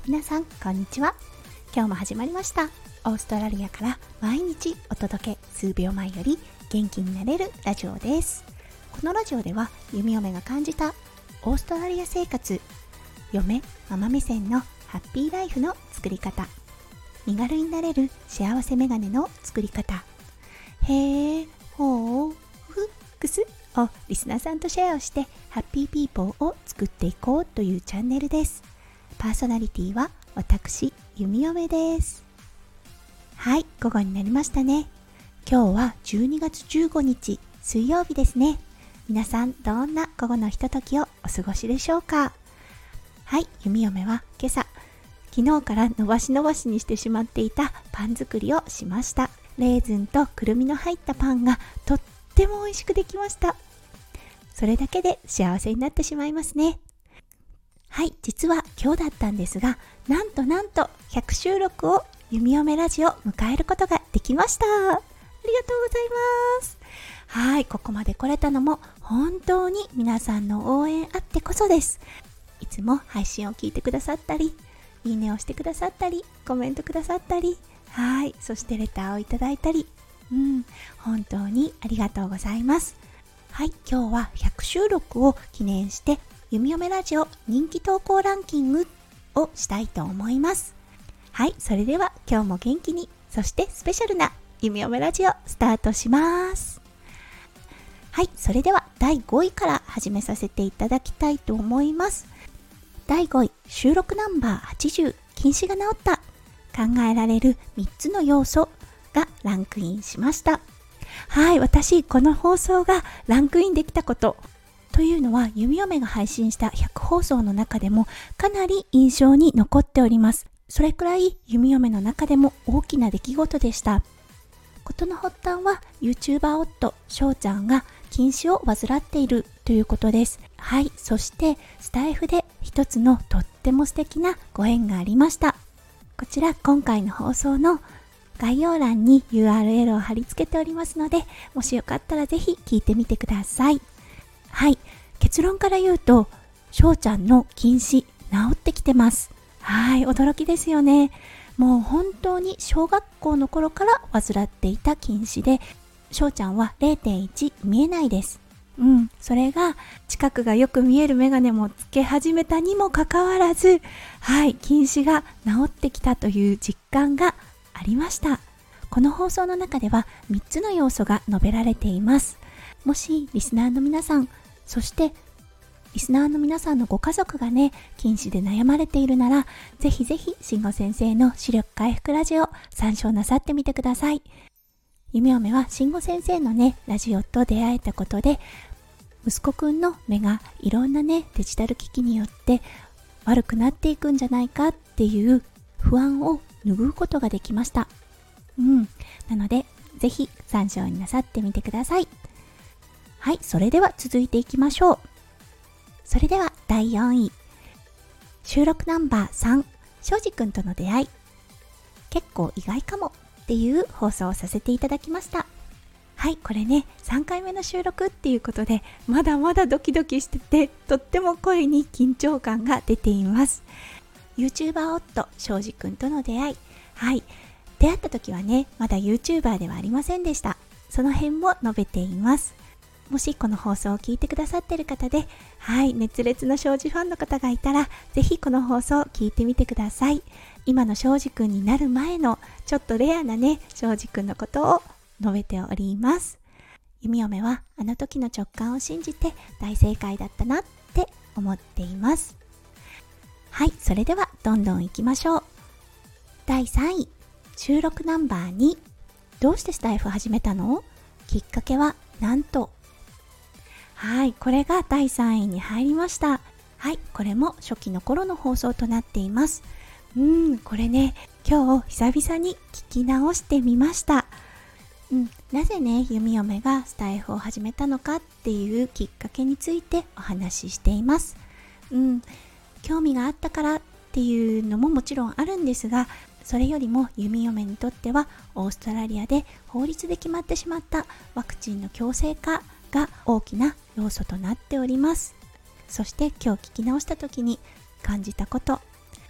皆さんこんにちは。今日も始まりました。オーストラリアから毎日お届け、数秒前より元気になれるラジオです。このラジオでは弓嫁が感じたオーストラリア生活、嫁ママ目線のハッピーライフの作り方、身軽になれる幸せメガネの作り方、へーほーふっくすをリスナーさんとシェアをしてハッピーピーポーを作っていこうというチャンネルです。パーソナリティは私弓嫁です。はい、午後になりましたね。今日は12月15日水曜日ですね。皆さんどんな午後のひとときをお過ごしでしょうか。はい、弓嫁は今朝昨日から伸ばし伸ばしにしてしまっていたパン作りをしました。レーズンとくるみの入ったパンがとっても美味しくできました。それだけで幸せになってしまいますね。はい、実は今日だったんですが、なんと100収録を弓嫁ラジオ迎えることができました。ありがとうございます。はい、ここまで来れたのも本当に皆さんの応援あってこそです。いつも配信を聞いてくださったり、いいねをしてくださったり、コメントくださったり、はい、そしてレターをいただいたり、本当にありがとうございます。はい、今日は100収録を記念して弓嫁ラジオ人気投稿ランキングをしたいと思います。はい、それでは今日も元気に、そしてスペシャルな弓嫁ラジオスタートします。はい、それでは第5位から始めさせていただきたいと思います。第5位、収録ナンバー80、近視が治った。考えられる3つの要素がランクインしました。はい、私この放送がランクインできたことというのは、弓嫁が配信した100放送の中でもかなり印象に残っております。それくらい弓嫁の中でも大きな出来事でした。事の発端は YouTuber 夫翔ちゃんが近視を患っているということです。はい、そしてスタイフで一つのとっても素敵なご縁がありました。こちら今回の放送の概要欄に URL を貼り付けておりますので、もしよかったらぜひ聞いてみてください。はい、結論から言うと、翔ちゃんの近視治ってきてます。はい、驚きですよね。もう本当に小学校の頃から患っていた近視で、翔ちゃんは 0.1 見えないです。それが近くがよく見えるメガネもつけ始めたにもかかわらず、はい、近視が治ってきたという実感がありました。この放送の中では3つの要素が述べられています。もしリスナーの皆さん、そしてリスナーの皆さんのご家族がね、近視で悩まれているなら、ぜひぜひ慎吾先生の視力回復ラジオ参照なさってみてください。弓嫁は慎吾先生のね、ラジオと出会えたことで、息子くんの目がいろんなね、デジタル機器によって悪くなっていくんじゃないかっていう不安を拭うことができました。なのでぜひ参照になさってみてください。はい、それでは続いていきましょう。それでは第4位、収録ナンバー3、庄司くんとの出会い、結構意外かもっていう放送をさせていただきました。はい、これね、3回目の収録っていうことで、まだまだドキドキしてて、とっても声に緊張感が出ています。YouTuber 夫庄司くんとの出会い、はい、出会った時はね、まだ YouTuber ではありませんでした。その辺も述べています。もしこの放送を聞いてくださっている方で、はい、熱烈な庄司ファンの方がいたら、ぜひこの放送を聞いてみてください。今の庄司くんになる前のちょっとレアなね、庄司くんのことを述べております。弓嫁はあの時の直感を信じて大正解だったなって思っています。はい、それではどんどんいきましょう。第3位、収録ナンバー2、どうしてスタイフ始めたの？きっかけはなんと。はい、これが第3位に入りました。はい、これも初期の頃の放送となっています。これね、今日久々に聞き直してみました。なぜね、弓嫁がスタイフを始めたのかっていうきっかけについてお話ししています。興味があったからっていうのももちろんあるんですが、それよりも弓嫁にとってはオーストラリアで法律で決まってしまったワクチンの強制化が大きな要素となっております。そして今日聞き直した時に感じたこと、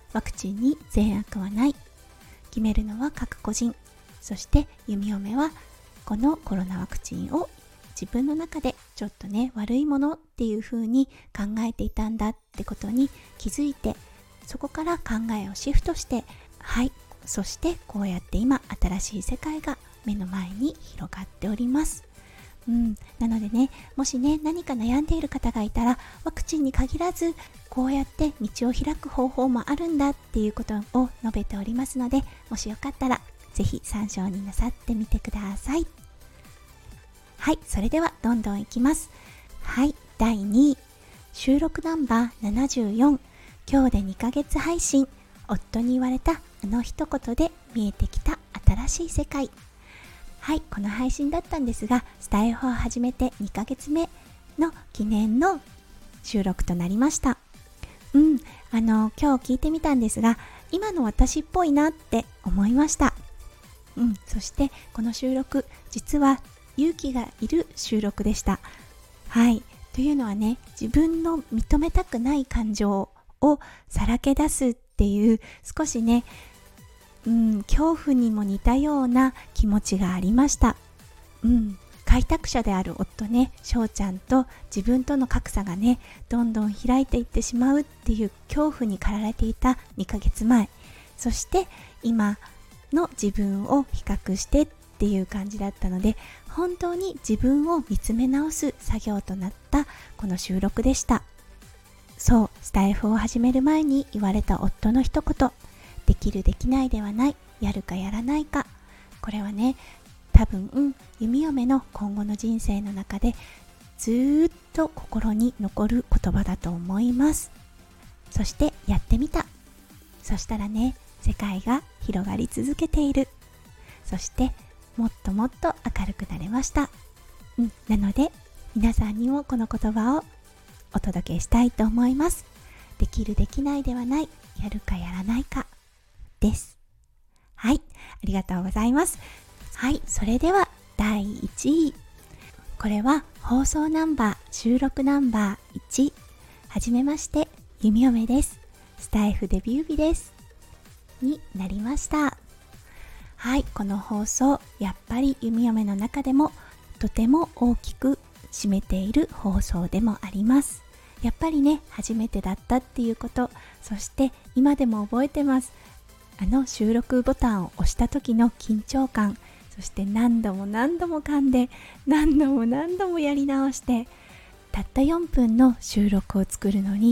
ワクチンに善悪はない。決めるのは各個人。そして弓嫁はこのコロナワクチンを自分の中でちょっとね悪いものっていう風に考えていたんだってことに気づいて、そこから考えをシフトして、そしてこうやって今新しい世界が目の前に広がっております。なのでね、もしね何か悩んでいる方がいたら、ワクチンに限らずこうやって道を開く方法もあるんだっていうことを述べておりますので、もしよかったらぜひ参照になさってみてください。それではどんどんいきます。第2位、収録ナンバー74、今日で2ヶ月配信、夫に言われたあの一言で見えてきた新しい世界。この配信だったんですが、スタイフを始めて2ヶ月目の記念の収録となりました。今日聞いてみたんですが、今の私っぽいなって思いました。そしてこの収録、実は勇気がいる収録でした。というのはね、自分の認めたくない感情をさらけ出すっていう、少しね恐怖にも似たような気持ちがありました。開拓者である夫ね、翔ちゃんと自分との格差がねどんどん開いていってしまうっていう恐怖に駆られていた2ヶ月前、そして今の自分を比較してっていう感じだったので、本当に自分を見つめ直す作業となったこの収録でした。スタイフを始める前に言われた夫の一言、できるできないではない、やるかやらないか。これはね、多分弓嫁の今後の人生の中でずっと心に残る言葉だと思います。そしてやってみた。そしたらね、世界が広がり続けている。そしてもっともっと明るくなれました。なので皆さんにもこの言葉をお届けしたいと思います。できるできないではない、やるかやらないかです。ありがとうございます。それでは第1位、これは放送ナンバー、収録ナンバー1、はじめまして弓嫁です、スタイフデビュー日ですになりました。この放送、やっぱり弓嫁の中でもとても大きく占めている放送でもあります。やっぱりね、初めてだったっていうこと、そして今でも覚えてます。収録ボタンを押した時の緊張感、そして何度も噛んで、何度もやり直して、たった4分の収録を作るのに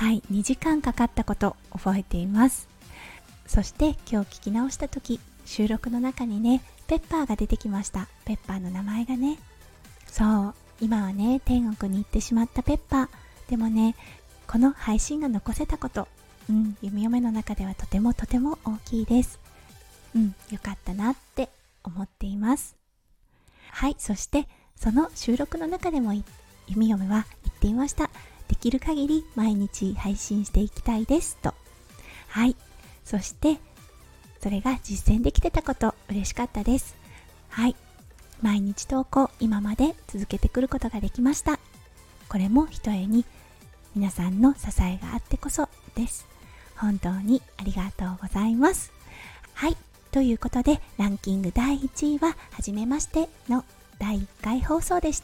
2時間かかったこと覚えています。そして今日聞き直した時、収録の中にねペッパーが出てきました。ペッパーの名前がね、今はね天国に行ってしまったペッパーでもね、この配信が残せたこと、弓嫁の中ではとても大きいです。よかったなって思っています。そしてその収録の中でも弓嫁は言っていました。できる限り毎日配信していきたいですと。そしてそれが実践できてたこと、嬉しかったです。毎日投稿、今まで続けてくることができました。これもひとえに皆さんの支えがあってこそです。本当にありがとうございます。ということでランキング第1位は初めましての第1回放送でした。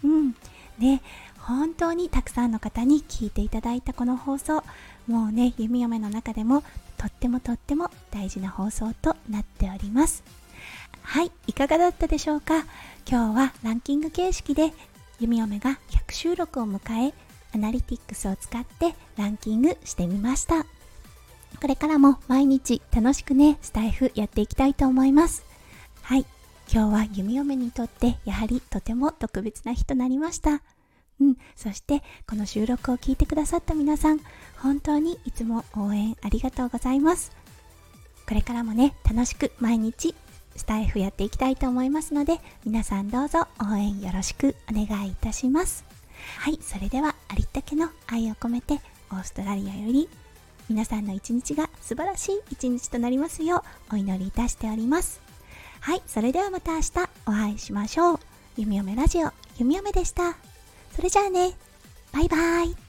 本当にたくさんの方に聞いていただいたこの放送、もうね弓嫁の中でもとっても大事な放送となっております。いかがだったでしょうか。今日はランキング形式で弓嫁が100収録を迎え、アナリティクスを使ってランキングしてみました。これからも毎日楽しくねスタイフやっていきたいと思います。今日は弓嫁にとってやはりとても特別な日となりました。そしてこの収録を聞いてくださった皆さん、本当にいつも応援ありがとうございます。これからもね楽しく毎日スタイフやっていきたいと思いますので、皆さんどうぞ応援よろしくお願いいたします。それではありったけの愛を込めて、オーストラリアより皆さんの一日が素晴らしい一日となりますようお祈りいたしております。それではまた明日お会いしましょう。弓嫁ラジオ、弓嫁でした。それじゃあね、バイバイ。